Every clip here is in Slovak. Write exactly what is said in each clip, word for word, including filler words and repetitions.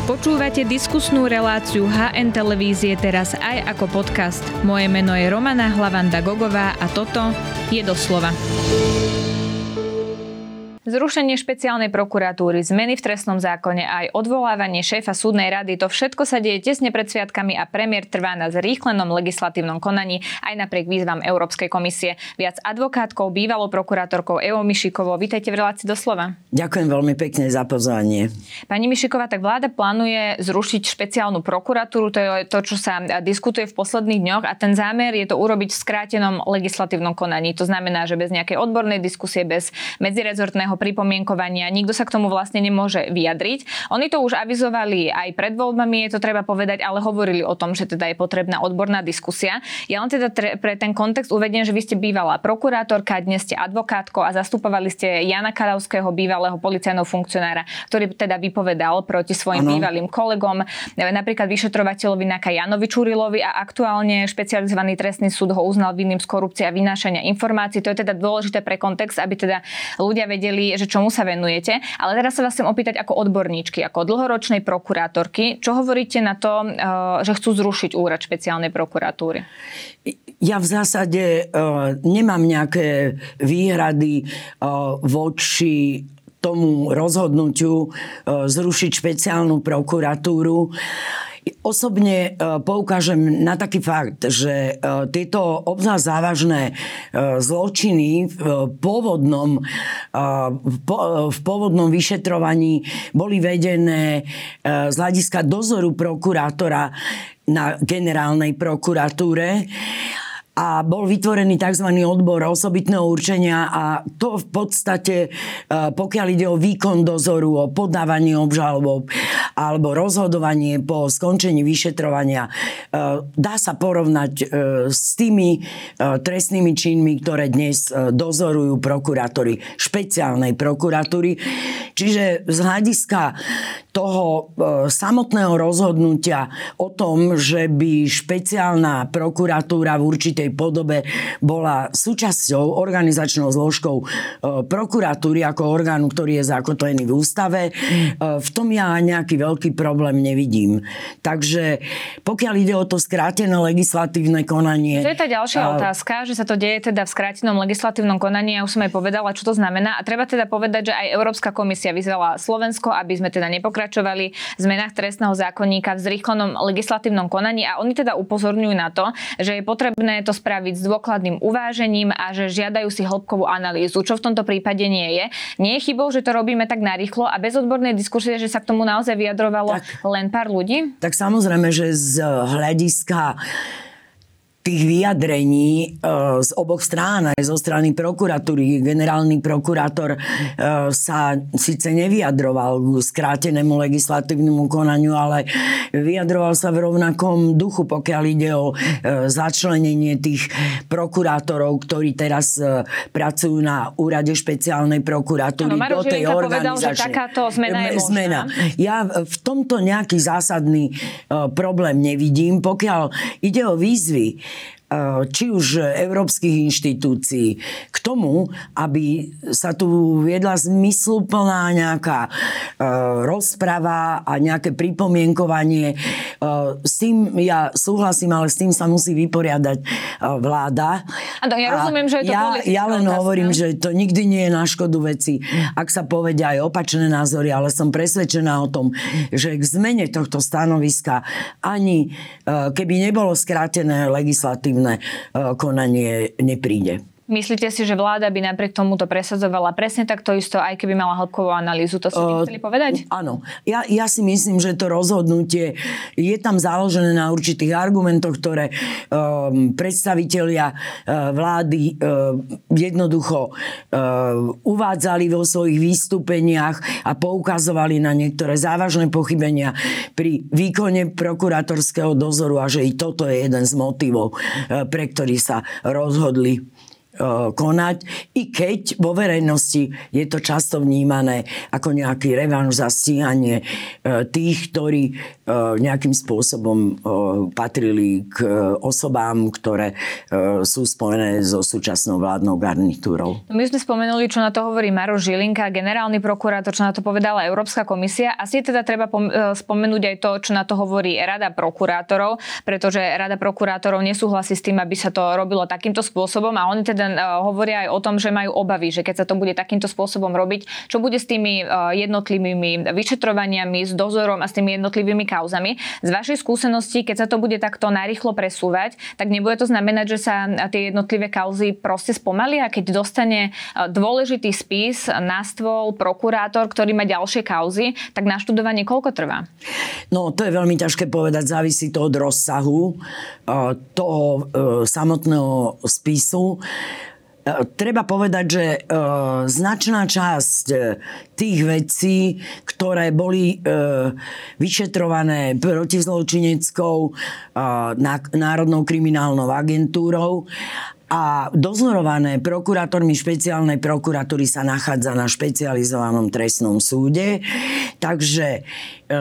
Počúvate diskusnú reláciu há en televízie teraz aj ako podcast. Moje meno je Romana Hlavanda-Gogová a toto je Doslova. Zrušenie špeciálnej prokuratúry, zmeny v trestnom zákone a aj odvolávanie šéfa súdnej rady, to všetko sa deje tesne pred sviatkami a premiér trvá na zrýchlenom legislatívnom konaní aj napriek výzvam Európskej komisie. Viac advokátkou, bývalou prokurátorkou Evou Mišikovou. Vítajte v relácii Doslova. Ďakujem veľmi pekne za pozvanie. Pani Mišiková, tak vláda plánuje zrušiť špeciálnu prokuratúru, to je to, čo sa diskutuje v posledných dňoch a ten zámer je to urobiť v skrátenom legislatívnom konaní. To znamená, že bez nejakej odbornej diskusie, bez medzirezortného pripomienkovania, nikto sa k tomu vlastne nemôže vyjadriť. Oni to už avizovali aj pred voľbami, je to treba povedať, ale hovorili o tom, že teda je potrebná odborná diskusia. Ja len teda tre- pre ten kontext uvediem, že vy ste bývalá prokurátorka, dnes ste advokátkou a zastupovali ste Jana Kalavského, bývalého policajného funkcionára, ktorý teda vypovedal proti svojim ano. bývalým kolegom, napríklad vyšetrovateľovi Naka Janovi Čurilovi, a aktuálne špecializovaný trestný súd ho uznal vinným z korupcie a vynášania informácií. To je teda dôležité pre kontext, aby teda ľudia vedeli, že čomu sa venujete. Ale teraz sa vás chcem opýtať ako odborníčky, ako dlhoročnej prokurátorky, čo hovoríte na to, že chcú zrušiť úrad špeciálnej prokuratúry? Ja v zásade uh, nemám nejaké výhrady uh, voči tomu rozhodnutiu uh, zrušiť špeciálnu prokuratúru. Osobne poukážem na taký fakt, že tieto obzvlášť závažné zločiny v pôvodnom, v pôvodnom vyšetrovaní boli vedené z hľadiska dozoru prokurátora na generálnej prokuratúre a bol vytvorený tzv. Odbor osobitného určenia a to v podstate, pokiaľ ide o výkon dozoru, o podávanie obžalob alebo rozhodovanie po skončení vyšetrovania, dá sa porovnať s tými trestnými činmi, ktoré dnes dozorujú prokurátori špeciálnej prokuratúry. Čiže z hľadiska toho samotného rozhodnutia o tom, že by špeciálna prokuratúra v určitej podobe bola súčasťou, organizačnou zložkou prokuratúry ako orgánu, ktorý je zakotvený v ústave, v tom ja nejaký veľký problém nevidím. Takže pokiaľ ide o to skrátené legislatívne konanie... To je tá ďalšia a... otázka, že sa to deje teda v skrátenom legislatívnom konaní. Ja už som aj povedala, čo to znamená. A treba teda povedať, že aj Európska komisia vyzvala Slovensko, aby sme teda nepokračovali v zmenách trestného zákonníka v zrýchlenom legislatívnom konaní, a oni teda upozorňujú na to, že je potrebné to spraviť s dôkladným uvážením a že žiadajú si hĺbkovú analýzu, čo v tomto prípade nie je. Nie je chybou, že to robíme tak narýchlo a bez odbornej diskusie, že sa k tomu naozaj vyjadrovalo tak, len pár ľudí? Tak samozrejme, že z hľadiska tých vyjadrení e, z oboch strán, aj zo strany prokuratúry. Generálny prokurátor e, sa síce nevyjadroval k skrátenému legislatívnemu konaniu, ale vyjadroval sa v rovnakom duchu, pokiaľ ide o e, začlenenie tých prokurátorov, ktorí teraz e, pracujú na úrade špeciálnej prokuratúry no, do tej organizačnej. Povedal, že takáto zmena je zmena. Ja v tomto nejaký zásadný e, problém nevidím. Pokiaľ ide o výzvy či už európskych inštitúcií k tomu, aby sa tu viedla zmysluplná nejaká e, rozprava a nejaké pripomienkovanie. E, s tým ja súhlasím, ale s tým sa musí vyporiadať e, vláda. Ano, ja rozumiem, že je to ja, ja len otázka. hovorím, že to nikdy nie je na škodu veci, ak sa povedia aj opačné názory, ale som presvedčená o tom, že k zmene tohto stanoviska ani e, keby nebolo skrátené legislatívne konanie nepríde. Myslíte si, že vláda by napriek tomuto presadzovala presne takto isto, aj keby mala hĺbkovú analýzu? To ste uh, chceli povedať? Áno. Ja, ja si myslím, že to rozhodnutie je tam založené na určitých argumentoch, ktoré um, predstavitelia uh, vlády uh, jednoducho uh, uvádzali vo svojich vystúpeniach a poukazovali na niektoré závažné pochybenia pri výkone prokurátorského dozoru a že i toto je jeden z motivov, uh, pre ktorý sa rozhodli konať, i keď vo verejnosti je to často vnímané ako nejaký revanš za stíhanie tých, ktorí nejakým spôsobom patrili k osobám, ktoré sú spojené so súčasnou vládnou garnitúrou. My sme spomenuli, čo na to hovorí Maroš Žilinka, generálny prokurátor, čo na to povedala Európska komisia. Asi teda treba spomenúť aj to, čo na to hovorí Rada prokurátorov, pretože Rada prokurátorov nesúhlasí s tým, aby sa to robilo takýmto spôsobom a oni teda hovoria aj o tom, že majú obavy, že keď sa to bude takýmto spôsobom robiť, čo bude s tými jednotlivými vyšetrovaniami, s dozorom a s tými jednotlivými kauzami. Z vašej skúsenosti, keď sa to bude takto narýchlo presúvať, tak nebude to znamenať, že sa tie jednotlivé kauzy proste spomalia, keď dostane dôležitý spis na stôl prokurátor, ktorý má ďalšie kauzy, tak naštudovanie koľko trvá? No, to je veľmi ťažké povedať, závisí to od rozsahu toho samotného spisu. Treba povedať, že e, značná časť tých vecí, ktoré boli e, vyšetrované protivzločineckou e, Národnou kriminálnou agentúrou a dozorované prokurátormi špeciálnej prokuratúry, sa nachádza na špecializovanom trestnom súde. Takže e,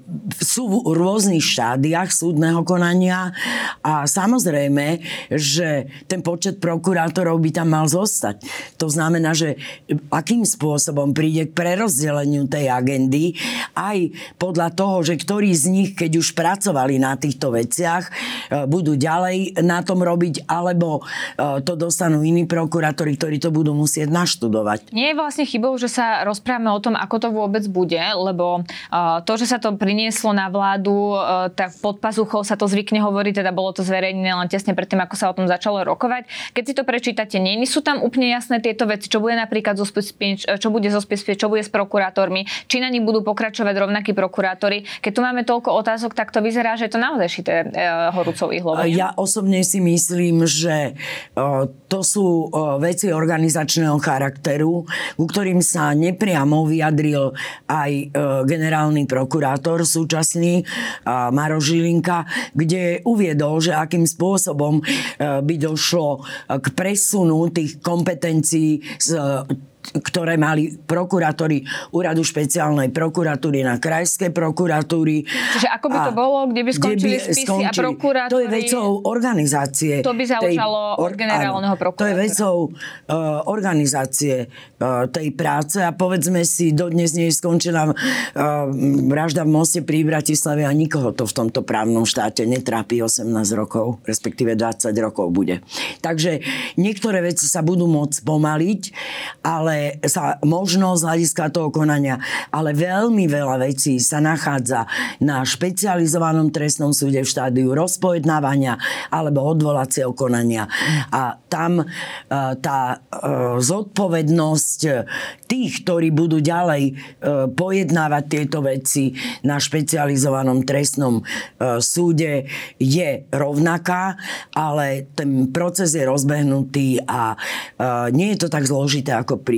sú v rôznych štádiách súdneho konania a samozrejme, že ten počet prokurátorov by tam mal zostať. To znamená, že akým spôsobom príde k prerozdeleniu tej agendy, aj podľa toho, že ktorí z nich, keď už pracovali na týchto veciach, e, budú ďalej na tom robiť, alebo to dostanú iní prokurátori, ktorí to budú musieť naštudovať. Nie je vlastne chybou, že sa rozprávame o tom, ako to vôbec bude, lebo to, že sa to prinieslo na vládu, tak pod pazuchou sa to zvykne hovoriť, teda bolo to zverejnené len tesne predtým, ako sa o tom začalo rokovať. Keď si to prečítate, nie sú tam úplne jasné tieto veci, čo bude napríklad zo spismi, čo bude zo spismi, čo bude s prokurátormi, či na nich budú pokračovať rovnakí prokurátori. Keď tu máme toľko otázok, tak to vyzerá, že je to naozaj šité horúcou ihlou. Ja osobne si myslím, že to sú veci organizačného charakteru, ku ktorým sa nepriamo vyjadril aj generálny prokurátor súčasný Maroš Žilinka, kde uviedol, že akým spôsobom by došlo k presunu tých kompetencií z ktoré mali prokurátori úradu špeciálnej prokuratúry na krajské prokuratúry. Čiže ako by to bolo, kde by skončili by spisy skončili, a prokurátori? To je vecou organizácie. To by založalo od generálneho prokurátora. To je vecou uh, organizácie uh, tej práce a povedzme si, dodnes nie je skončená uh, vražda v Moste pri Bratislave a nikoho to v tomto právnom štáte netrápi osemnásť rokov, respektíve dvadsať rokov bude. Takže niektoré veci sa budú môcť pomaliť, ale sa možno z hľadiska toho konania, ale veľmi veľa vecí sa nachádza na špecializovanom trestnom súde v štádiu rozpojednávania alebo odvolacieho konania. A tam tá zodpovednosť tých, ktorí budú ďalej pojednávať tieto veci na špecializovanom trestnom súde, je rovnaká, ale ten proces je rozbehnutý a nie je to tak zložité ako pri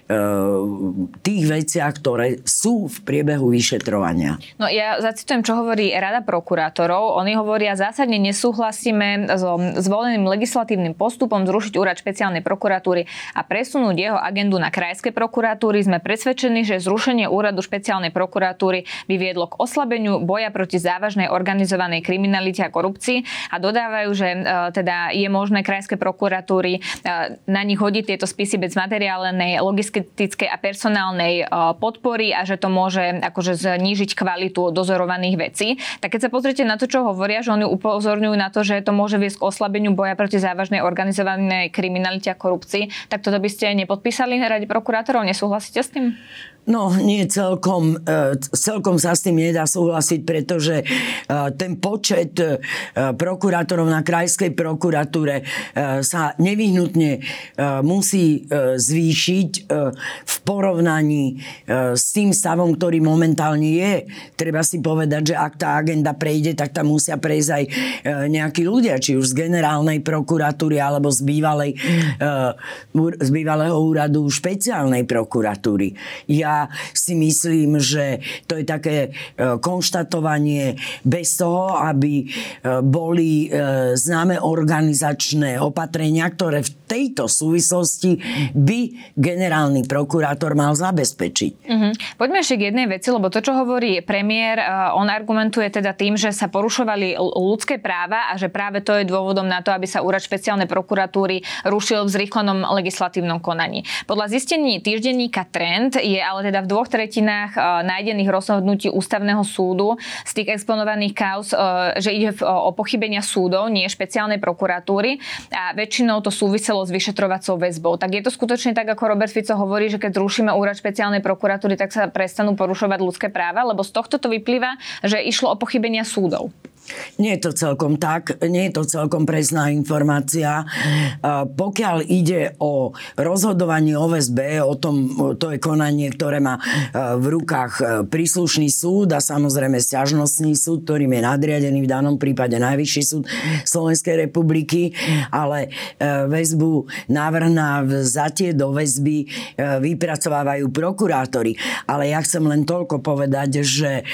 tých veciach, ktoré sú v priebehu vyšetrovania. No ja zacitujem, čo hovorí Rada prokurátorov. Oni hovoria, zásadne nesúhlasíme so zvoleným legislatívnym postupom zrušiť úrad špeciálnej prokuratúry a presunúť jeho agendu na krajské prokuratúry. Sme presvedčení, že zrušenie úradu špeciálnej prokuratúry by viedlo k oslabeniu boja proti závažnej organizovanej kriminalite a korupcii a dodávajú, že e, teda je možné krajské prokuratúry e, na nich hodiť tieto spisy bez materiálnej, logistickej a personálnej podpory a že to môže akože znížiť kvalitu dozorovaných vecí. Tak keď sa pozriete na to, čo hovoria, že oni upozorňujú na to, že to môže viesť k oslabeniu boja proti závažnej organizovanej kriminalite a korupcii, tak toto by ste nepodpísali na Rade prokurátorov? Nesúhlasíte s tým? No, nie celkom, celkom sa s tým nedá súhlasiť, pretože ten počet prokurátorov na krajskej prokuratúre sa nevyhnutne musí zvýšiť v porovnaní s tým stavom, ktorý momentálne je. Treba si povedať, že ak tá agenda prejde, tak tam musia prejsť aj nejakí ľudia, či už z generálnej prokuratúry alebo z bývalej, z bývalého úradu špeciálnej prokuratúry. Ja ja si myslím, že to je také konštatovanie bez toho, aby boli známe organizačné opatrenia, ktoré v tejto súvislosti by generálny prokurátor mal zabezpečiť. Uh-huh. Poďme ešte k jednej veci, lebo to, čo hovorí premiér, on argumentuje teda tým, že sa porušovali ľudské práva a že práve to je dôvodom na to, aby sa úrad špeciálnej prokuratúry rušil v zrýchlenom legislatívnom konaní. Podľa zistení týždenníka Trend je ale teda v dvoch tretinách nájdených rozhodnutí ústavného súdu z tých exponovaných kauz, že ide o pochybenia súdov, nie špeciálnej prokuratúry a väčšinou to súviselo s vyšetrovacou väzbou. Tak je to skutočne tak, ako Robert Fico hovorí, že keď zrušíme úrad špeciálnej prokuratúry, tak sa prestanú porušovať ľudské práva, lebo z tohto to vyplýva, že išlo o pochybenia súdov. Nie je to celkom tak, nie je to celkom presná informácia. Pokiaľ ide o rozhodovanie o väzbe, o tom, to je konanie, ktoré má v rukách príslušný súd a samozrejme sťažnostný súd, ktorým je nadriadený v danom prípade Najvyšší súd Slovenskej republiky, ale väzbu, návrh na vzatie do väzby vypracovávajú prokurátori. Ale ja chcem len toľko povedať, že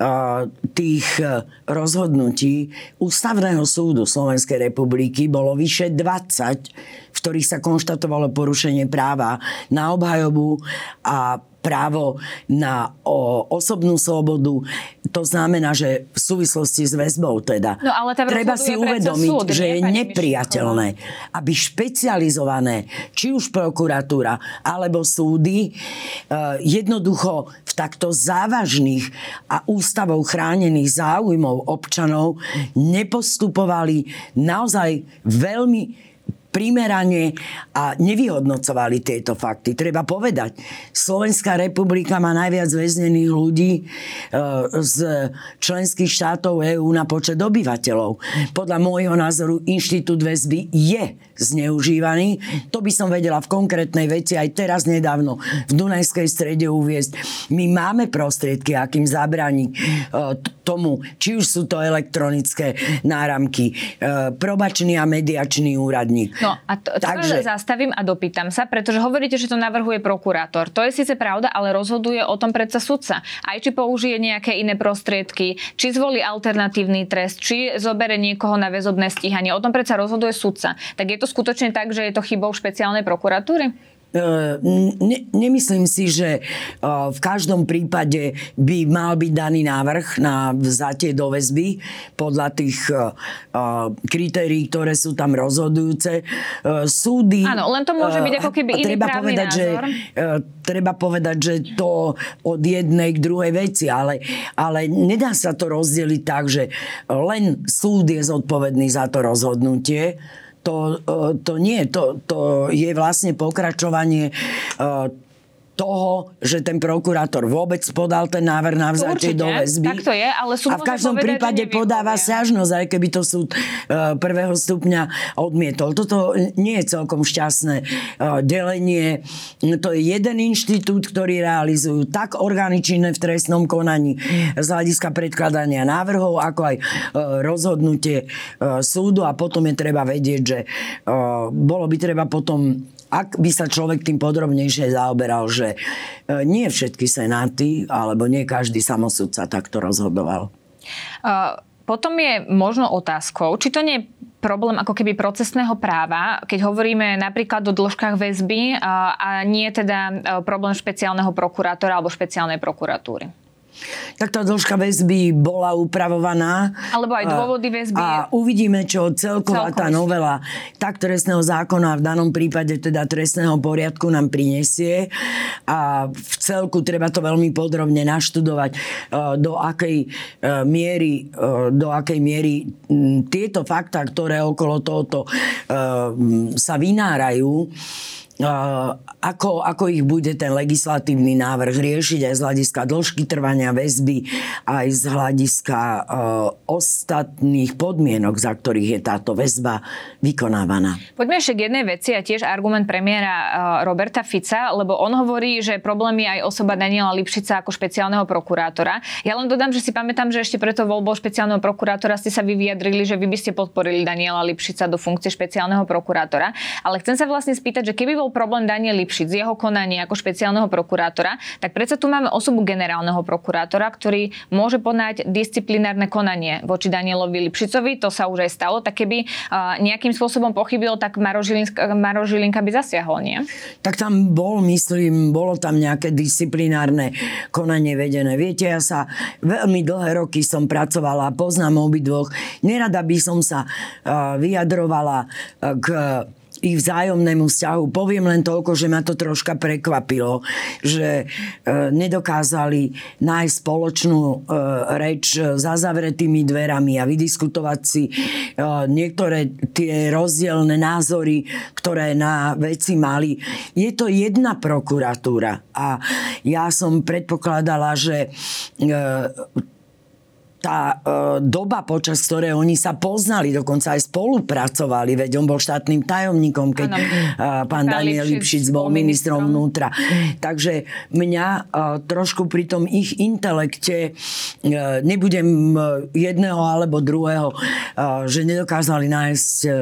tých rozhodnutí Ústavného súdu Slovenskej republiky bolo vyše dvadsať, v ktorých sa konštatovalo porušenie práva na obhajobu a právo na o, osobnú slobodu. To znamená, že v súvislosti s väzbou teda. No, ale treba si uvedomiť, súd, že je nepriateľné, aby špecializované, či už prokuratúra alebo súdy, uh, jednoducho v takto závažných a ústavou chránených záujmov občanov nepostupovali naozaj veľmi primerane a nevyhodnocovali tieto fakty. Treba povedať, Slovenská republika má najviac väznených ľudí e, z členských štátov EÚ na počet obyvateľov. Podľa môjho názoru inštitút väzby je zneužívaný. To by som vedela v konkrétnej veci aj teraz nedávno v Dunajskej Strede uviesť. My máme prostriedky, akým zabrániť e, tomu, či už sú to elektronické náramky, e, probačný a mediačný úradník. No a to, to Takže... zastavím a dopýtam sa, pretože hovoríte, že to navrhuje prokurátor. To je síce pravda, ale rozhoduje o tom predsa sudca. Aj či použije nejaké iné prostriedky, či zvolí alternatívny trest, či zobere niekoho na väzobné stíhanie. O tom predsa rozhoduje sudca. Tak je to skutočne tak, že je to chybou špeciálnej prokuratúry? Ne, nemyslím si, že v každom prípade by mal byť daný návrh na vzatie do väzby podľa tých kritérií, ktoré sú tam rozhodujúce. Súdy... Áno, len to môže byť ako keby iný treba právny povedať, názor. Že, treba povedať, že to od jednej k druhej veci, ale, ale nedá sa to rozdeliť tak, že len súd je zodpovedný za to rozhodnutie. To, to nie, to, to je vlastne pokračovanie toho, že ten prokurátor vôbec podal ten návrh na vzatie do väzby. Tak to je, ale súd a v každom povedať, prípade podáva sťažnosť, aj keby to súd uh, prvého stupňa odmietol. Toto nie je celkom šťastné uh, delenie. To je jeden inštitút, ktorý realizujú tak orgány činné v trestnom konaní z hľadiska predkladania návrhov, ako aj uh, rozhodnutie uh, súdu a potom je treba vedieť, že uh, bolo by treba potom, ak by sa človek tým podrobnejšie zaoberal, že nie všetky senáty, alebo nie každý samosudca takto rozhodoval. Uh, potom je možno otázkou, či to nie je problém ako keby procesného práva, keď hovoríme napríklad o dĺžkach väzby uh, a nie teda uh, problém špeciálneho prokurátora alebo špeciálnej prokuratúry. Tak tá dĺžka väzby bola upravovaná. Alebo aj dôvody väzby. A uvidíme, čo celková tá novela tak trestného zákona, v danom prípade teda trestného poriadku nám prinesie. A v celku treba to veľmi podrobne naštudovať, do akej miery, do akej miery tieto faktá, ktoré okolo tohoto sa vynárajú, Ako, ako ich bude ten legislatívny návrh riešiť aj z hľadiska dĺžky trvania väzby, aj z hľadiska uh, ostatných podmienok, za ktorých je táto väzba vykonávaná. Poďme ešte k jednej veci a tiež argument premiéra uh, Roberta Fica, lebo on hovorí, že problém je aj osoba Daniela Lipšica ako špeciálneho prokurátora. Ja len dodám, že si pamätám, že ešte preto voľbou špeciálneho prokurátora ste sa vy vyjadrili, že vy by ste podporili Daniela Lipšica do funkcie špeciálneho prokurátora. Ale chcem sa vlastne spýtať, že keby bol bol problém Daniel Lipšic z jeho konania ako špeciálneho prokurátora, tak predsa tu máme osobu generálneho prokurátora, ktorý môže podať disciplinárne konanie voči Danielovi Lipšicovi. To sa už aj stalo. Tak keby uh, nejakým spôsobom pochybil, tak Maro Žilinka, Maro Žilinka by zasiahol, nie? Tak tam bol, myslím, bolo tam nejaké disciplinárne konanie vedené. Viete, ja sa veľmi dlhé roky som pracovala, poznám obidvoch. Nerada by som sa uh, vyjadrovala uh, k ich vzájomnému vzťahu. Poviem len toľko, že ma to troška prekvapilo, že e, nedokázali nájsť spoločnú e, reč za zavretými dverami a vydiskutovať si e, niektoré tie rozdielne názory, ktoré na veci mali. Je to jedna prokuratúra a ja som predpokladala, že e, tá e, doba, počas ktorej oni sa poznali, dokonca aj spolupracovali, veď on bol štátnym tajomníkom, keď e, pán Daniel Lipšic bol ministrom vnútra. Takže mňa e, trošku pri tom ich intelekte, e, nebudem jedného alebo druhého, e, že nedokázali nájsť e,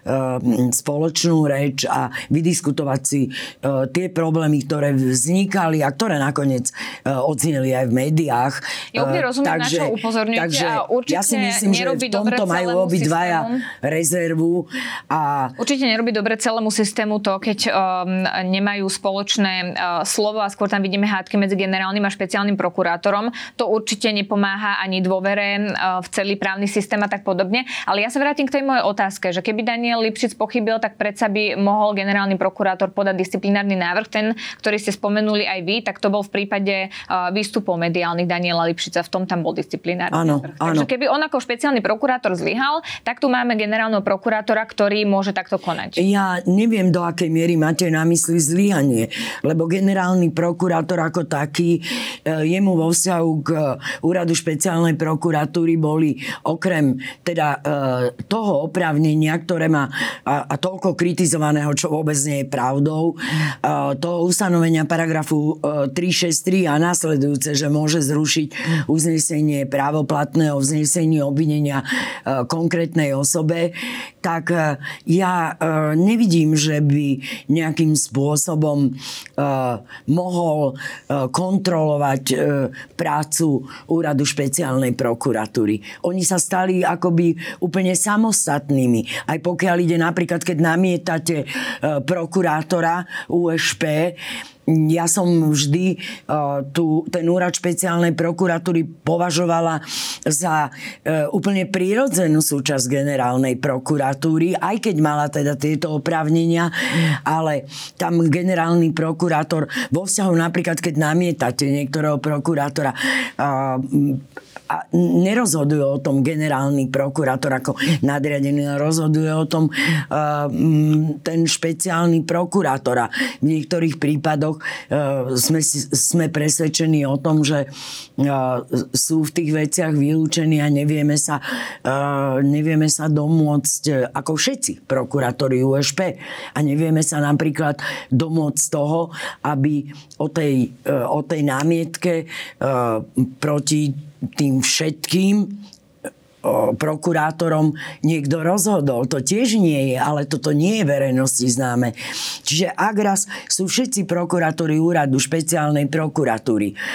spoločnú reč a vydiskutovať si e, tie problémy, ktoré vznikali a ktoré nakoniec e, odzneli aj v médiách. Ja úplne rozumiem, na čo upozorňujem. Takže ja si myslím, že v tomto majú obidvaja rezervu. A... Určite nerobí dobre celému systému to, keď um, nemajú spoločné uh, slovo a skôr tam vidíme hádky medzi generálnym a špeciálnym prokurátorom. To určite nepomáha ani dôvere uh, v celý právny systém a tak podobne. Ale ja sa vrátim k tej mojej otázke, že keby Daniel Lipšic pochybil, tak predsa by mohol generálny prokurátor podať disciplinárny návrh. Ten, ktorý ste spomenuli aj vy, tak to bol v prípade uh, výstupov mediálnych Daniela Lipšica. V tom tam bol disciplinárny. Áno, áno. Takže keby on ako špeciálny prokurátor zlyhal, tak tu máme generálneho prokurátora, ktorý môže takto konať. Ja neviem, do akej miery máte na mysli zlyhanie, lebo generálny prokurátor ako taký, jemu vo vzťahu k úradu špeciálnej prokuratúry boli okrem teda toho oprávnenia, ktoré má a, a toľko kritizovaného, čo vôbec nie je pravdou, toho ustanovenia paragrafu tri šesť tri a nasledujúce, že môže zrušiť uznesenie právo platného vznesení obvinenia e, konkrétnej osobe, tak e, ja e, nevidím, že by nejakým spôsobom e, mohol e, kontrolovať e, prácu úradu špeciálnej prokuratúry. Oni sa stali akoby úplne samostatnými. Aj pokiaľ ide napríklad, keď namietate e, prokurátora ú es pé, ja som vždy uh, tu, ten úrad špeciálnej prokuratúry považovala za uh, úplne prirodzenú súčasť generálnej prokuratúry, aj keď mala teda tieto oprávnenia, ale tam generálny prokurátor vo vzťahu napríklad, keď namietate niektorého prokurátora, uh, a nerozhoduje o tom generálny prokurátor ako nadriadený, rozhoduje o tom uh, ten špeciálny prokurátor. A v niektorých prípadoch uh, sme, sme presvedčení o tom, že uh, sú v tých veciach vylúčení a nevieme sa, uh, nevieme sa domôcť, uh, ako všetci prokurátori ú es pé, a nevieme sa napríklad domôcť toho, aby o tej, uh, o tej námietke uh, proti tým všetkým o, prokurátorom niekto rozhodol. To tiež nie je, ale toto nie je verejnosti známe. Čiže ak raz sú všetci prokurátori úradu špeciálnej prokuratúry o,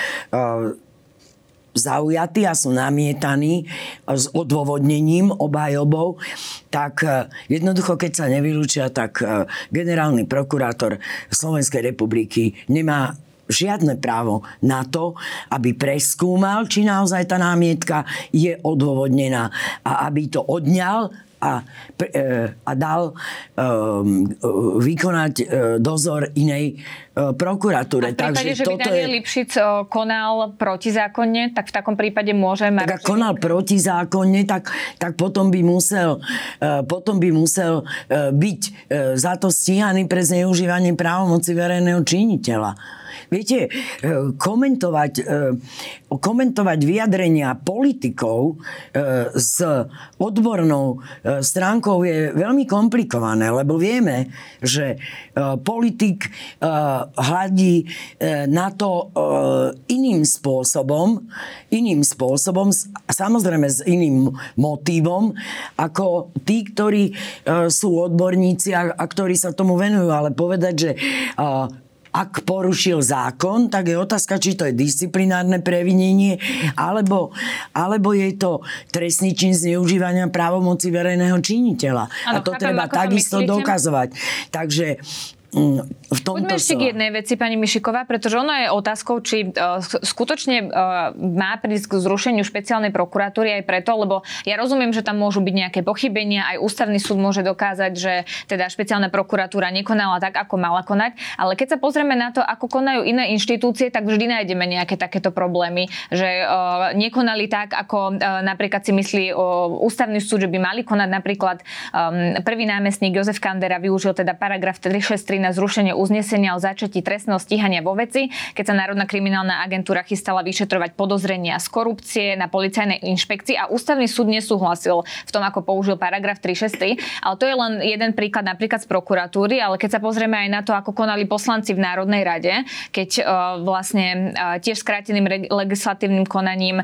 zaujatí a sú namietaní s odôvodnením obhajobou, tak jednoducho, keď sa nevylúčia, tak generálny prokurátor Slovenskej republiky nemá žiadne právo na to, aby preskúmal, či naozaj tá námietka je odôvodnená a aby to odňal a, a dal um, vykonať dozor inej prokuratúre. A v prípade, že by Daniel je... Lipšic konal protizákonne, tak v takom prípade môže... Tak ak konal protizákonne, tak, tak potom by musel, potom by musel byť za to stíhaný pre zneužívanie právomoci verejného činiteľa. Viete, komentovať, komentovať vyjadrenia politikov s odbornou stránkou je veľmi komplikované, lebo vieme, že politik hľadí na to iným spôsobom, iným spôsobom, samozrejme s iným motívom, ako tí, ktorí sú odborníci a, a ktorí sa tomu venujú. Ale povedať, že ak porušil zákon, tak je otázka, či to je disciplinárne previnenie, alebo, alebo je to trestný čin zneužívania právomoci verejného činiteľa. Ano, a to chápem, treba takisto to dokazovať. Takže v tomto Poďme ešte k jednej veci, pani Mišiková, pretože ono je otázkou, či uh, skutočne uh, má prísť k zrušeniu špeciálnej prokuratúry aj preto, lebo ja rozumiem, že tam môžu byť nejaké pochybenia, aj ústavný súd môže dokázať, že teda špeciálna prokuratúra nekonala tak, ako mala konať, ale keď sa pozrieme na to, ako konajú iné inštitúcie, tak vždy nájdeme nejaké takéto problémy, že uh, nekonali tak, ako uh, napríklad si myslí uh, ústavný súd, že by mali konať. Napríklad um, prvý námestník Jozef Kandera využil teda paragraf tristošesťdesiattri na zrušenie uznesenia o začatí trestného stíhania vo veci, keď sa Národná kriminálna agentúra chystala vyšetrovať podozrenia z korupcie na policajnej inšpekcii a ústavný súd nesúhlasil v tom, ako použil paragraf tristošesťdesiattri. Ale to je len jeden príklad napríklad z prokuratúry, ale keď sa pozrieme aj na to, ako konali poslanci v Národnej rade, keď uh, vlastne uh, tiež skráteným re- legislatívnym konaním uh,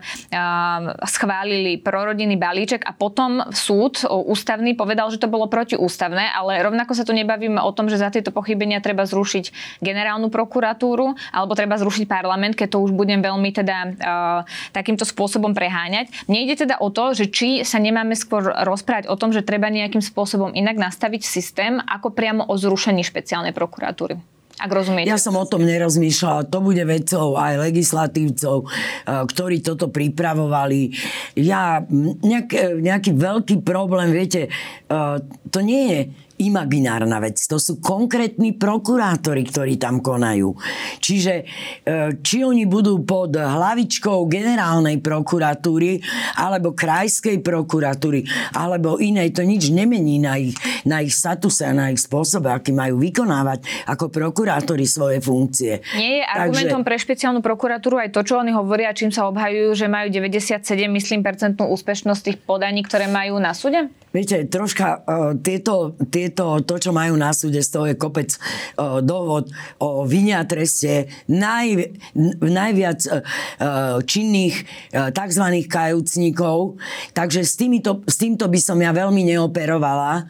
schválili prorodinný balíček a potom súd uh, ústavný povedal, že to bolo protiústavné, ale rovnako sa tu nebavíme o tom, že za tieto pochybenia treba zrušiť generálnu prokuratúru alebo treba zrušiť parlament, keď to už budem veľmi teda uh, takýmto spôsobom preháňať. Mne ide teda o to, že či sa nemáme skôr rozprávať o tom, že treba nejakým spôsobom inak nastaviť systém, ako priamo o zrušení špeciálnej prokuratúry. Ak rozumiete. Ja som o tom nerozmýšľala. To bude vecou aj legislatívcov, ktorí toto pripravovali. Ja nejak, nejaký veľký problém, viete, to nie je imaginárna vec. To sú konkrétni prokurátori, ktorí tam konajú. Čiže či oni budú pod hlavičkou generálnej prokuratúry alebo krajskej prokuratúry alebo inej, to nič nemení na ich, na ich statuse a na ich spôsobe, aký majú vykonávať ako prokurátori svoje funkcie. Nie je argumentom Takže... pre špeciálnu prokuratúru aj to, čo oni hovoria, čím sa obhajujú, že majú deväťdesiatsedem, myslím, percentnú úspešnosť tých podaní, ktoré majú na súde? Viete, troška uh, tieto, tieto, to, čo majú na súde, z toho je kopec uh, dôvod o vine a treste naj, najviac uh, činných uh, tzv. Kajúcnikov. Takže s, týmito, s týmto by som ja veľmi neoperovala.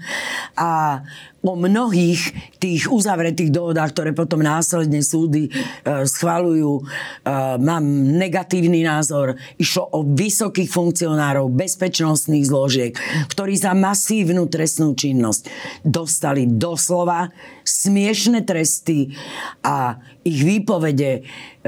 A o mnohých tých uzavretých dohodách, ktoré potom následne súdy e, schvaľujú, e, mám negatívny názor. Išlo o vysokých funkcionárov bezpečnostných zložiek, ktorí za masívnu trestnú činnosť dostali doslova smiešne tresty a ich výpovede e,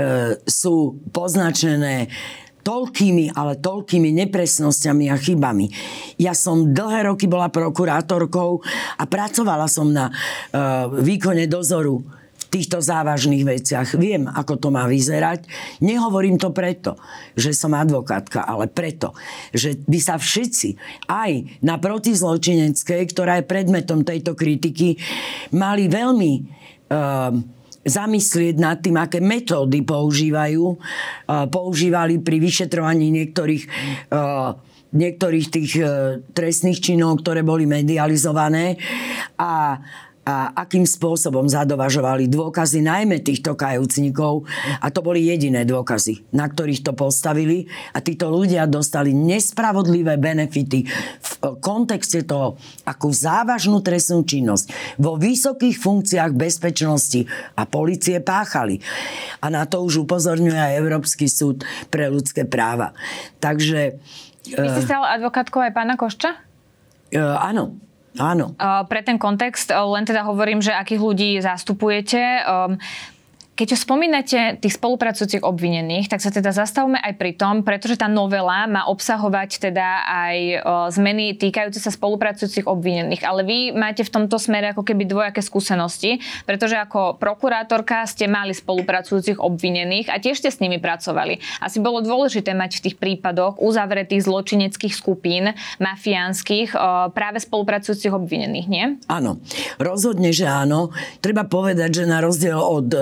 sú poznačené toľkými, ale toľkými nepresnosťami a chybami. Ja som dlhé roky bola prokurátorkou a pracovala som na uh, výkone dozoru v týchto závažných veciach. Viem, ako to má vyzerať. Nehovorím to preto, že som advokátka, ale preto, že by sa všetci aj na protizločineckej, ktorá je predmetom tejto kritiky, mali veľmi uh, zamyslieť nad tým, aké metódy používajú, používali pri vyšetrovaní niektorých, niektorých tých trestných činov, ktoré boli medializované a a akým spôsobom zadovažovali dôkazy najmä týchto kajúcnikov. A to boli jediné dôkazy, na ktorých to postavili. A títo ľudia dostali nespravodlivé benefity v kontexte toho, akú závažnú trestnú činnosť vo vysokých funkciách bezpečnosti a polície páchali. A na to už upozorňuje aj Európsky súd pre ľudské práva. Takže... Vy ste stala advokátkou aj pána Košča? Uh, áno. Áno. Pre ten kontext len teda hovorím, že akých ľudí zastupujete. Keď spomínate tých spolupracujúcich obvinených, tak sa teda zastavme aj pri tom, pretože tá novela má obsahovať teda aj zmeny týkajúce sa spolupracujúcich obvinených. Ale vy máte v tomto smere ako keby dvojaké skúsenosti, pretože ako prokurátorka ste mali spolupracujúcich obvinených a tiež ste s nimi pracovali. Asi bolo dôležité mať v tých prípadoch uzavretých zločineckých skupín, mafiánskych, práve spolupracujúcich obvinených, nie? Áno, rozhodne, že áno. Treba povedať, že na rozdiel od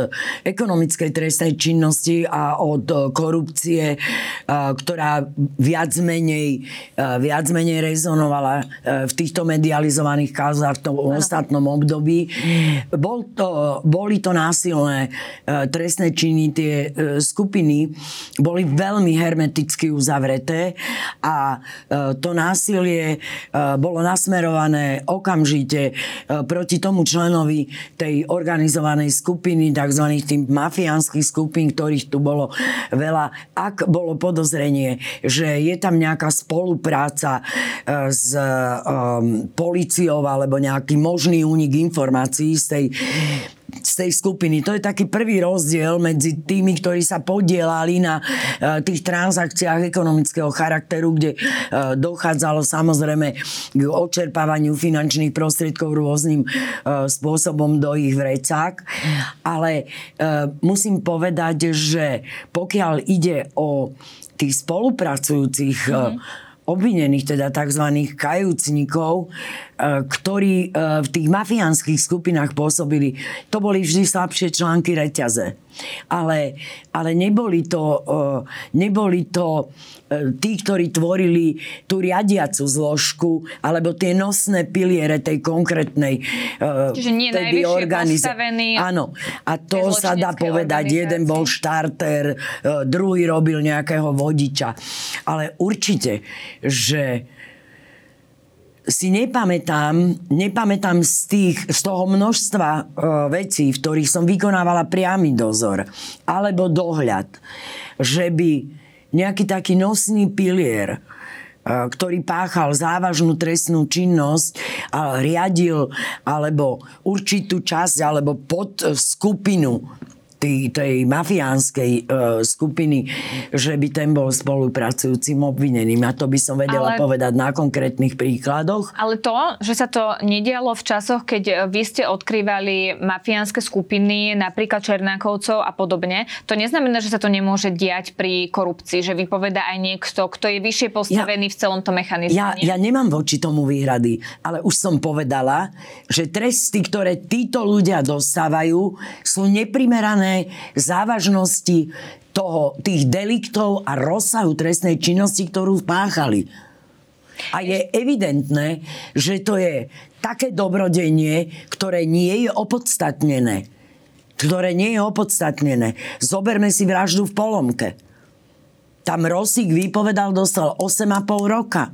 ekonomickej trestnej činnosti a od korupcie, ktorá viac menej, viac menej rezonovala v týchto medializovaných kauzách v tom ostatnom období. Bol to, boli to násilné trestné činy, tie skupiny boli veľmi hermeticky uzavreté a to násilie bolo nasmerované okamžite proti tomu členovi tej organizovanej skupiny, takzvaných tým mafiánskych skupín, ktorých tu bolo veľa. Ak bolo podozrenie, že je tam nejaká spolupráca s um, políciou alebo nejaký možný únik informácií z tej z tej skupiny. To je taký prvý rozdiel medzi tými, ktorí sa podielali na uh, tých transakciách ekonomického charakteru, kde uh, dochádzalo samozrejme k odčerpávaniu finančných prostriedkov rôznym uh, spôsobom do ich vrecák. Ale uh, musím povedať, že pokiaľ ide o tých spolupracujúcich mm-hmm. obvinených, teda tzv. Kajúcnikov, ktorí v tých mafiánskych skupinách pôsobili, to boli vždy slabšie články reťaze. Ale, ale neboli to, neboli to tí, ktorí tvorili tú riadiacu zložku, alebo tie nosné piliere tej konkrétnej Čiže nie najvyššie organiz... postavený. Áno. A to sa dá povedať. Jeden bol štarter, druhý robil nejakého vodiča. Ale určite, že si nepamätám, nepamätám z, tých, z toho množstva uh, vecí, v ktorých som vykonávala priamy dozor alebo dohľad, že by nejaký taký nosný pilier, uh, ktorý páchal závažnú trestnú činnosť a riadil alebo určitú časť alebo pod skupinu tej, tej mafiánskej uh, skupiny, že by ten bol spolupracujúcim obvineným. A to by som vedela ale, povedať na konkrétnych príkladoch. Ale to, že sa to nedialo v časoch, keď vy ste odkrývali mafiánske skupiny, napríklad Černákovcov a podobne, to neznamená, že sa to nemôže diať pri korupcii, že vypovedá aj niekto, kto je vyššie postavený ja, v celom tom mechanizme. Ja, ja nemám voči tomu výhrady, ale už som povedala, že tresty, ktoré títo ľudia dostávajú, sú neprimerané závažnosti toho, tých deliktov a rozsahu trestnej činnosti, ktorú páchali. A je evidentné, že to je také dobrodenie, ktoré nie je opodstatnené. Ktoré nie je opodstatnené. Zoberme si vraždu v Polomke. Tam Rosík vypovedal, dostal osem a pol roka.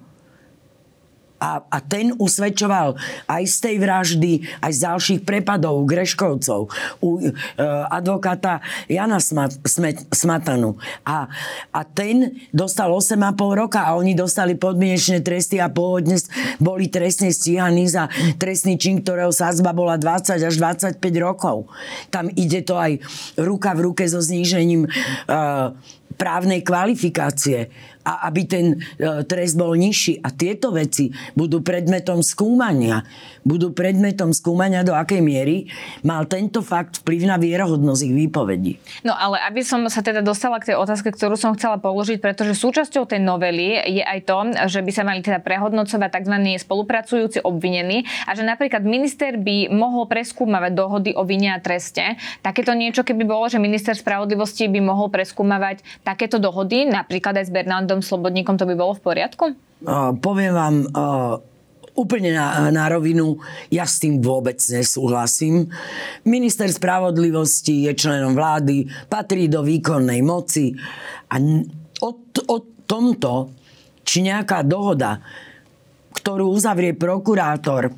A, a ten usvedčoval aj z tej vraždy, aj z ďalších prepadov Greškovcov, u e, advokáta Jana Smat, Smet, Smatanu. A, a ten dostal osem a pol roka a oni dostali podmienečné tresty a pôvodne boli trestne stíhaní za trestný čin, ktorého sadzba bola dvadsať až dvadsaťpäť rokov. Tam ide to aj ruka v ruke so znížením e, právnej kvalifikácie a aby ten e, trest bol nižší. A tieto veci budú predmetom skúmania. Budú predmetom skúmania, do akej miery mal tento fakt vplyv na vierohodnosť ich výpovedí. No ale aby som sa teda dostala k tej otázke, ktorú som chcela položiť, pretože súčasťou tej novely je aj to, že by sa mali teda prehodnocovať tzv. Spolupracujúci obvinení a že napríklad minister by mohol preskúmavať dohody o vine a treste. Takéto niečo, keby bolo, že minister spravodlivosti by mohol preskúmavať takéto dohody, napríklad aj s Bernardom Slobodníkom, to by bolo v poriadku? Uh, poviem vám uh, úplne na, na rovinu, ja s tým vôbec nesúhlasím. Minister spravodlivosti je členom vlády, patrí do výkonnej moci a o, o tomto, či nejaká dohoda, ktorú uzavrie prokurátor uh,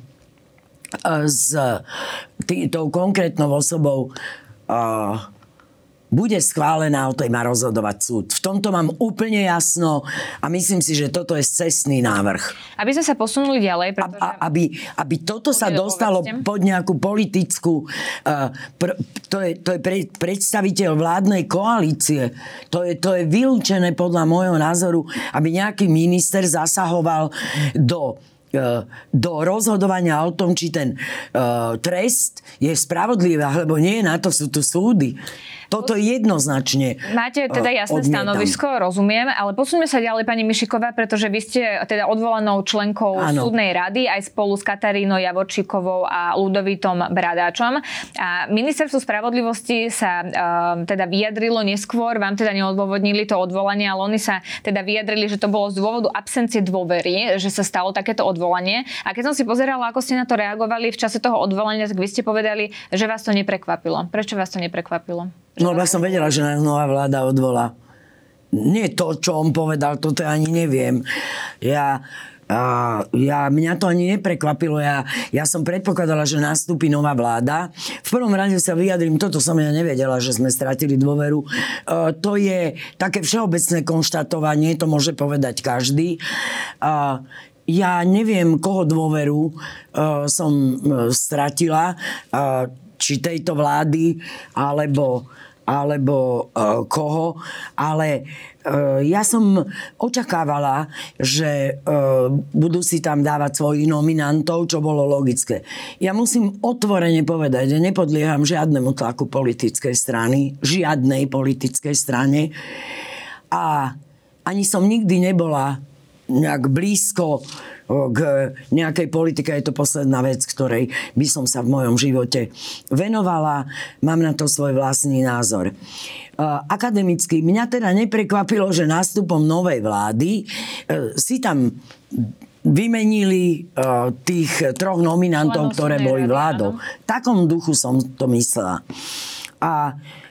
s tý, tou konkrétnou osobou, uh, bude schválená, o tej má rozhodovať súd. V tomto mám úplne jasno a myslím si, že toto je scestný návrh. Aby sme sa posunuli ďalej, pretože... A, a, aby, aby toto sa dostalo pod nejakú politickú... Uh, pr, to je, to je pre, predstaviteľ vládnej koalície. To je, to je vylúčené podľa môjho názoru, aby nejaký minister zasahoval do do rozhodovania o tom, či ten uh, trest je spravodlivý, alebo nie, na to sú tu súdy. Toto jednoznačne máte teda jasné odmietam. stanovisko, rozumiem, ale posuňme sa ďalej, pani Mišiková, pretože vy ste teda odvolanou členkou Áno. súdnej rady aj spolu s Katarínou Javorčíkovou a Ľudovítom Bradáčom. A ministerstvo spravodlivosti sa uh, teda vyjadrilo neskôr, vám teda neodôvodnili to odvolanie, ale oni sa teda vyjadrili, že to bolo z dôvodu absencie dôvery, že sa stalo takéto odvolanie. A keď som si pozerala, ako ste na to reagovali v čase toho odvolania, tak vy ste povedali, že vás to neprekvapilo. Prečo vás to neprekvapilo? No, ja som vedela, že nás nová vláda odvolá. Nie to, čo on povedal, toto ani neviem. Ja, a, ja, mňa to ani neprekvapilo. Ja, ja som predpokladala, že nastúpi nová vláda. V prvom rade sa vyjadrím, toto som ja nevedela, že sme stratili dôveru. E, to je také všeobecné konštatovanie, to môže povedať každý. A, ja neviem, koho dôveru e, som e, stratila, e, či tejto vlády, alebo, alebo uh, koho, ale uh, ja som očakávala, že uh, budú si tam dávať svojich nominantov, čo bolo logické. Ja musím otvorene povedať, že nepodlieham žiadnemu tlaku politickej strany, žiadnej politickej strane a ani som nikdy nebola nejak blízko k nejakej politike. Je to posledná vec, ktorej by som sa v mojom živote venovala. Mám na to svoj vlastný názor. Akademicky mňa teda neprekvapilo, že nástupom novej vlády si tam vymenili tých troch nominantov, ktoré boli vládou. V takom duchu som to myslela. A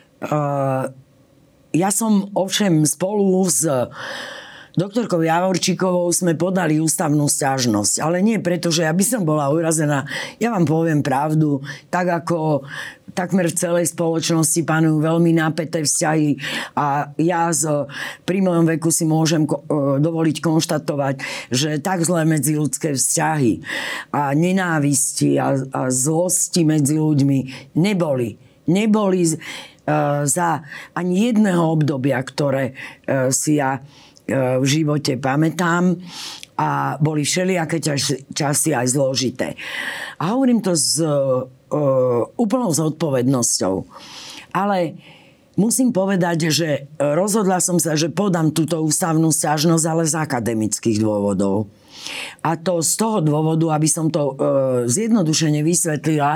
ja som ovšem spolu s doktorkou Javorčíkovou sme podali ústavnú sťažnosť, ale nie preto, že ja by som bola urazená. Ja vám poviem pravdu, tak ako takmer v celej spoločnosti panujú veľmi napäté vzťahy a ja z, pri mojom veku si môžem ko, dovoliť konštatovať, že tak zlé medziľudské vzťahy a nenávisti a, a zlosti medzi ľuďmi neboli. Neboli uh, za ani jedného obdobia, ktoré uh, si ja v živote pamätám a boli všelijaké časy, časy aj zložité. A hovorím to s uh, úplnou zodpovednosťou. Ale musím povedať, že rozhodla som sa, že podám túto ústavnú sťažnosť, ale z akademických dôvodov. A to z toho dôvodu, aby som to uh, zjednodušene vysvetlila,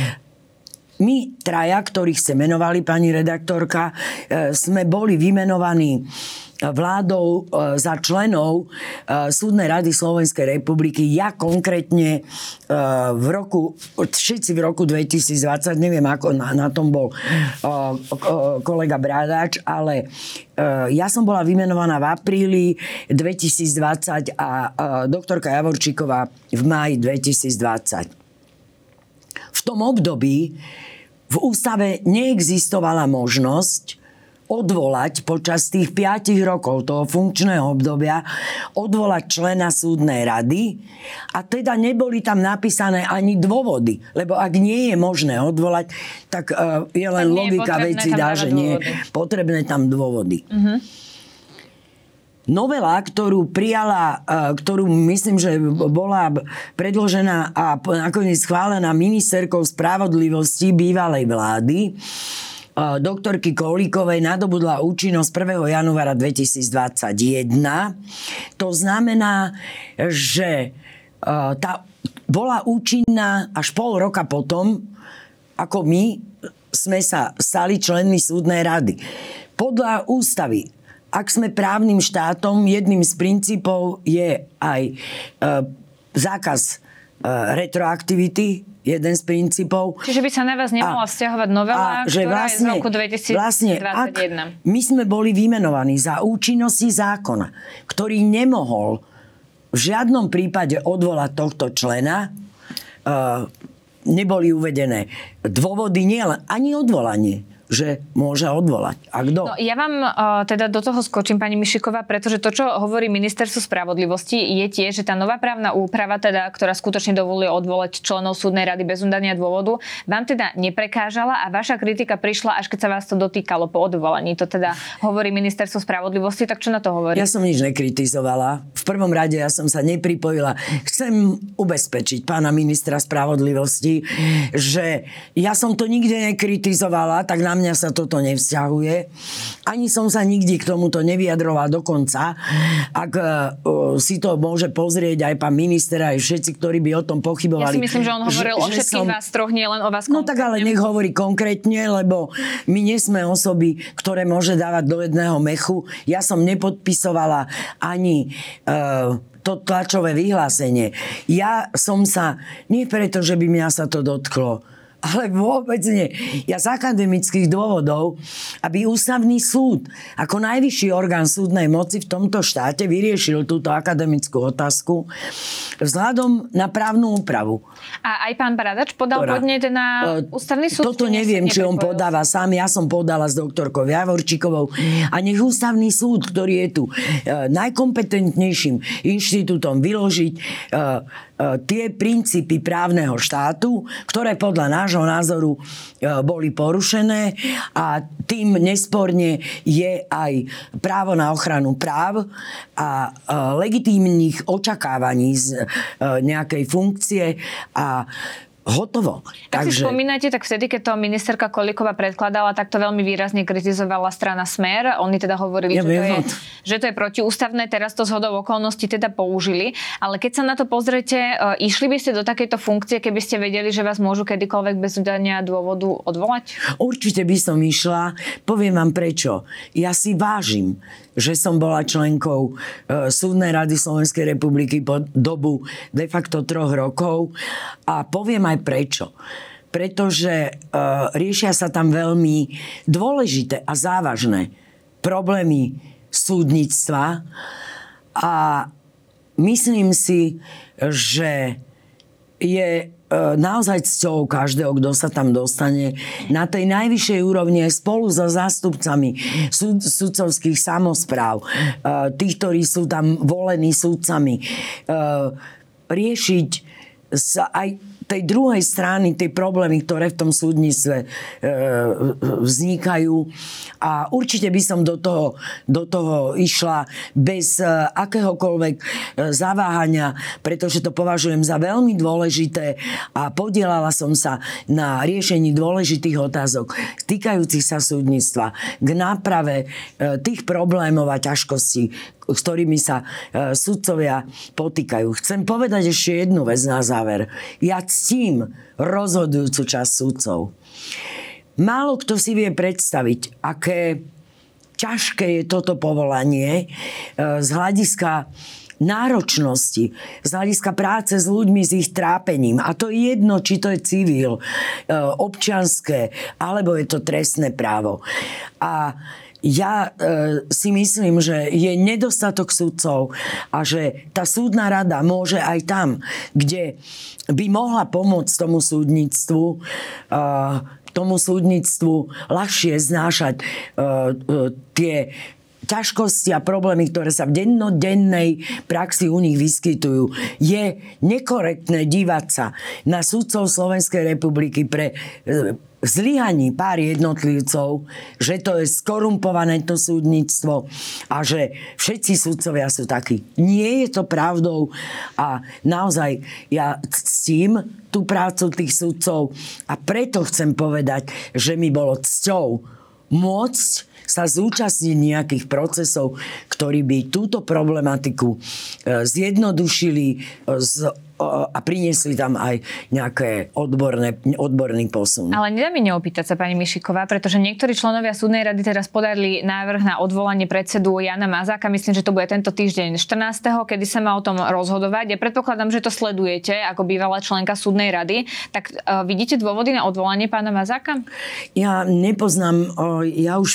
my traja, ktorých ste menovali, pani redaktorka, uh, sme boli vymenovaní vládou za členov Súdnej rady Slovenskej republiky. Ja konkrétne v roku, všetci v roku dvetisícdvadsať, neviem ako na, na tom bol kolega Bradáč, ale ja som bola vymenovaná v apríli dvetisícdvadsať a doktorka Javorčíková v máji dvetisícdvadsať. V tom období v ústave neexistovala možnosť odvolať počas tých piatich rokov toho funkčného obdobia, odvolať člena súdnej rady a teda neboli tam napísané ani dôvody. Lebo ak nie je možné odvolať, tak uh, je len logika veci dá, že nie je potrebné tam dôvody. Uh-huh. Novela, ktorú prijala, ktorú myslím, že bola predložená a nakoniec schválená ministerkou spravodlivosti bývalej vlády, doktorky Kolíkovej, nadobudla účinnosť prvého januára dvetisícdvadsaťjeden. To znamená, že tá bola účinná až pol roka potom, ako my sme sa stali členmi súdnej rady. Podľa ústavy, ak sme právnym štátom, jedným z princípov je aj e, zákaz e, retroaktivity, jeden z princípov. Čiže by sa na vás nemohla vzťahovať novela, ktorá vlastne, je z roku dvetisícdvadsaťjeden. Vlastne, my sme boli vymenovaní za účinnosti zákona, ktorý nemohol v žiadnom prípade odvolať tohto člena. Uh, neboli uvedené dôvody, nie len ani odvolanie. že môže odvolať. A kto? No, ja vám uh, teda do toho skočím, pani Mišiková, pretože to, čo hovorí Ministerstvo spravodlivosti, je tiež, že tá nová právna úprava, teda, ktorá skutočne dovoluje odvolať členov súdnej rady bez udania dôvodu, vám teda neprekážala a vaša kritika prišla, až keď sa vás to dotýkalo po odvolaní. To teda hovorí Ministerstvo spravodlivosti, tak čo na to hovorí? Ja som nič nekritizovala. V prvom rade ja som sa nepripojila. Chcem ubezpečiť pána ministra spravodlivosti, že ja som to nikde nekritizovala, tak na mňa sa toto nevzťahuje. Ani som sa nikdy k tomuto nevyjadrovala dokonca. Ak uh, si to môže pozrieť aj pán minister, aj všetci, ktorí by o tom pochybovali. Ja si myslím, že on hovoril že, o všetkých som... vás troch, nie len o vás konkrétne. No tak ale nech hovorí konkrétne, lebo my nie sme osoby, ktoré môže dávať do jedného mechu. Ja som nepodpisovala ani uh, to tlačové vyhlásenie. Ja som sa, nie preto, že by mňa sa to dotklo, ale vôbec nie. Ja z akademických dôvodov, aby ústavný súd ako najvyšší orgán súdnej moci v tomto štáte vyriešil túto akademickú otázku vzhľadom na právnu úpravu. A aj pán Bradač podal podnet na ústavný súd? Toto neviem, či on podáva sám. Ja som podala s doktorkou Javorčíkovou. A nech ústavný súd, ktorý je tu najkompetentnejším inštitútom, vyložiť tie princípy právneho štátu, ktoré podľa nášho názoru boli porušené a tým nesporne je aj právo na ochranu práv a legitímnych očakávaní z nejakej funkcie a hotovo. Ak Takže... si spomínate, tak vtedy, keď to ministerka Kolíková predkladala, tak to veľmi výrazne kritizovala strana Smer. Oni teda hovorili, ja že, to je, že to je protiústavné. Teraz to zhodou okolností teda použili. Ale keď sa na to pozrete, išli by ste do takejto funkcie, keby ste vedeli, že vás môžu kedykoľvek bez udania dôvodu odvolať? Určite by som išla. Poviem vám prečo. Ja si vážim, že som bola členkou e, Súdnej rady Slovenskej republiky po dobu de facto troch rokov a poviem aj prečo. Pretože e, riešia sa tam veľmi dôležité a závažné problémy súdnictva a myslím si, že je naozaj cťou každého, kto sa tam dostane na tej najvyššej úrovni spolu so zástupcami súd, sudcovských samospráv, tých, ktorí sú tam volení sudcami, riešiť sa aj tej druhej strany, tie problémy, ktoré v tom súdnictve e, vznikajú. A určite by som do toho, do toho išla bez e, akéhokoľvek e, zaváhania, pretože to považujem za veľmi dôležité a podielala som sa na riešení dôležitých otázok týkajúcich sa súdnictva k náprave e, tých problémov a ťažkostí, s ktorými sa e, sudcovia potýkajú. Chcem povedať ešte jednu vec na záver. Ja ctím rozhodujúcu časť sudcov. Málo kto si vie predstaviť, aké ťažké je toto povolanie e, z hľadiska náročnosti, z hľadiska práce s ľuďmi, s ich trápením. A to je jedno, či to je civil, e, občianske, alebo je to trestné právo. A ja e, si myslím, že je nedostatok sudcov a že tá súdna rada môže aj tam, kde by mohla pomôcť tomu súdnictvu, e, tomu súdnictvu ľahšie znášať e, e, tie ťažkosti a problémy, ktoré sa v dennodennej praxi u nich vyskytujú. Je nekorektné dívať sa na sudcov Slovenskej republiky pre e, zlyhaní pár jednotlivcov, že to je skorumpované to súdnictvo a že všetci sudcovia sú takí. Nie je to pravdou a naozaj ja ctím tú prácu tých sudcov a preto chcem povedať, že mi bolo cťou môcť sa zúčastniť nejakých procesov, ktorí by túto problematiku zjednodušili z a priniesli tam aj nejaké odborné, odborný posun. Ale nedá mi neopýtať sa, pani Mišiková, pretože niektorí členovia súdnej rady teraz podali návrh na odvolanie predsedu Jana Mazáka. Myslím, že to bude tento týždeň štrnásteho kedy sa má o tom rozhodovať. Ja predpokladám, že to sledujete ako bývalá členka súdnej rady. Tak uh, vidíte dôvody na odvolanie pána Mazáka? Ja nepoznám, ja už v tom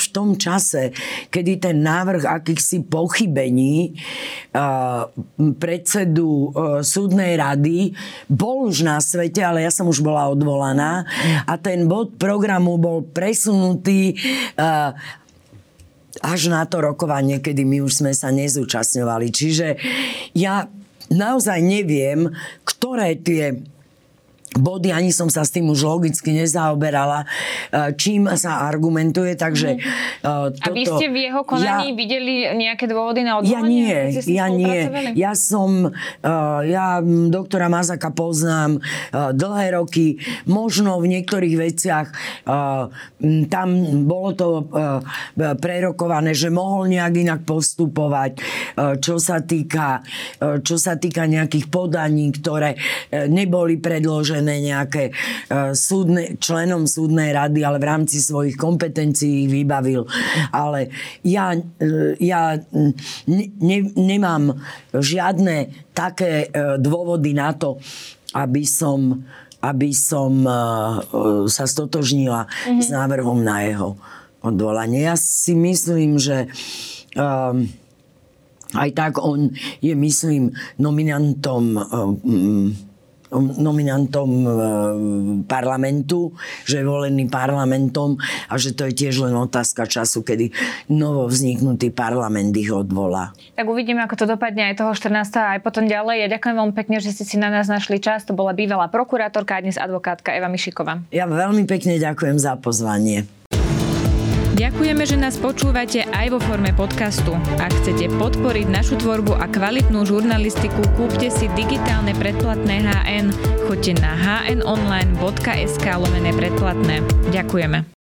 čase, kedy ten návrh akýchsi pochybení uh, predsedu uh, súdnej rady bol už na svete, ale ja som už bola odvolaná a ten bod programu bol presunutý uh, až na to rokovanie, kedy my už sme sa nezúčastňovali. Čiže ja naozaj neviem, ktoré tie body, ani som sa s tým už logicky nezaoberala, čím sa argumentuje, takže mm. toto... A vy ste v jeho konaní ja, videli nejaké dôvody na odvolanie? Ja nie, ja nie. Ja som, ja doktora Mazaka poznám dlhé roky, možno v niektorých veciach tam bolo to prerokované, že mohol nejak inak postupovať, čo sa týka, čo sa týka nejakých podaní, ktoré neboli predložené nejaké uh, súdne, členom súdnej rady, ale v rámci svojich kompetencií ich vybavil. Ale ja, uh, ja ne, nemám žiadne také uh, dôvody na to, aby som, aby som uh, sa stotožnila mm-hmm. s návrhom na jeho odvolanie. Ja si myslím, že um, aj tak on je, myslím, nominantom um, nominantom parlamentu, že je volený parlamentom a že to je tiež len otázka času, kedy novo vzniknutý parlament ich odvolá. Tak uvidíme, ako to dopadne aj toho štrnásteho aj potom ďalej. Ja ďakujem veľmi pekne, že ste si na nás našli čas. To bola bývalá prokurátorka a dnes advokátka Eva Mišiková. Ja veľmi pekne ďakujem za pozvanie. Ďakujeme, že nás počúvate aj vo forme podcastu. Ak chcete podporiť našu tvorbu a kvalitnú žurnalistiku, kúpte si digitálne predplatné há en. Choďte na hnonline bodka es ká lomeno predplatné. Ďakujeme.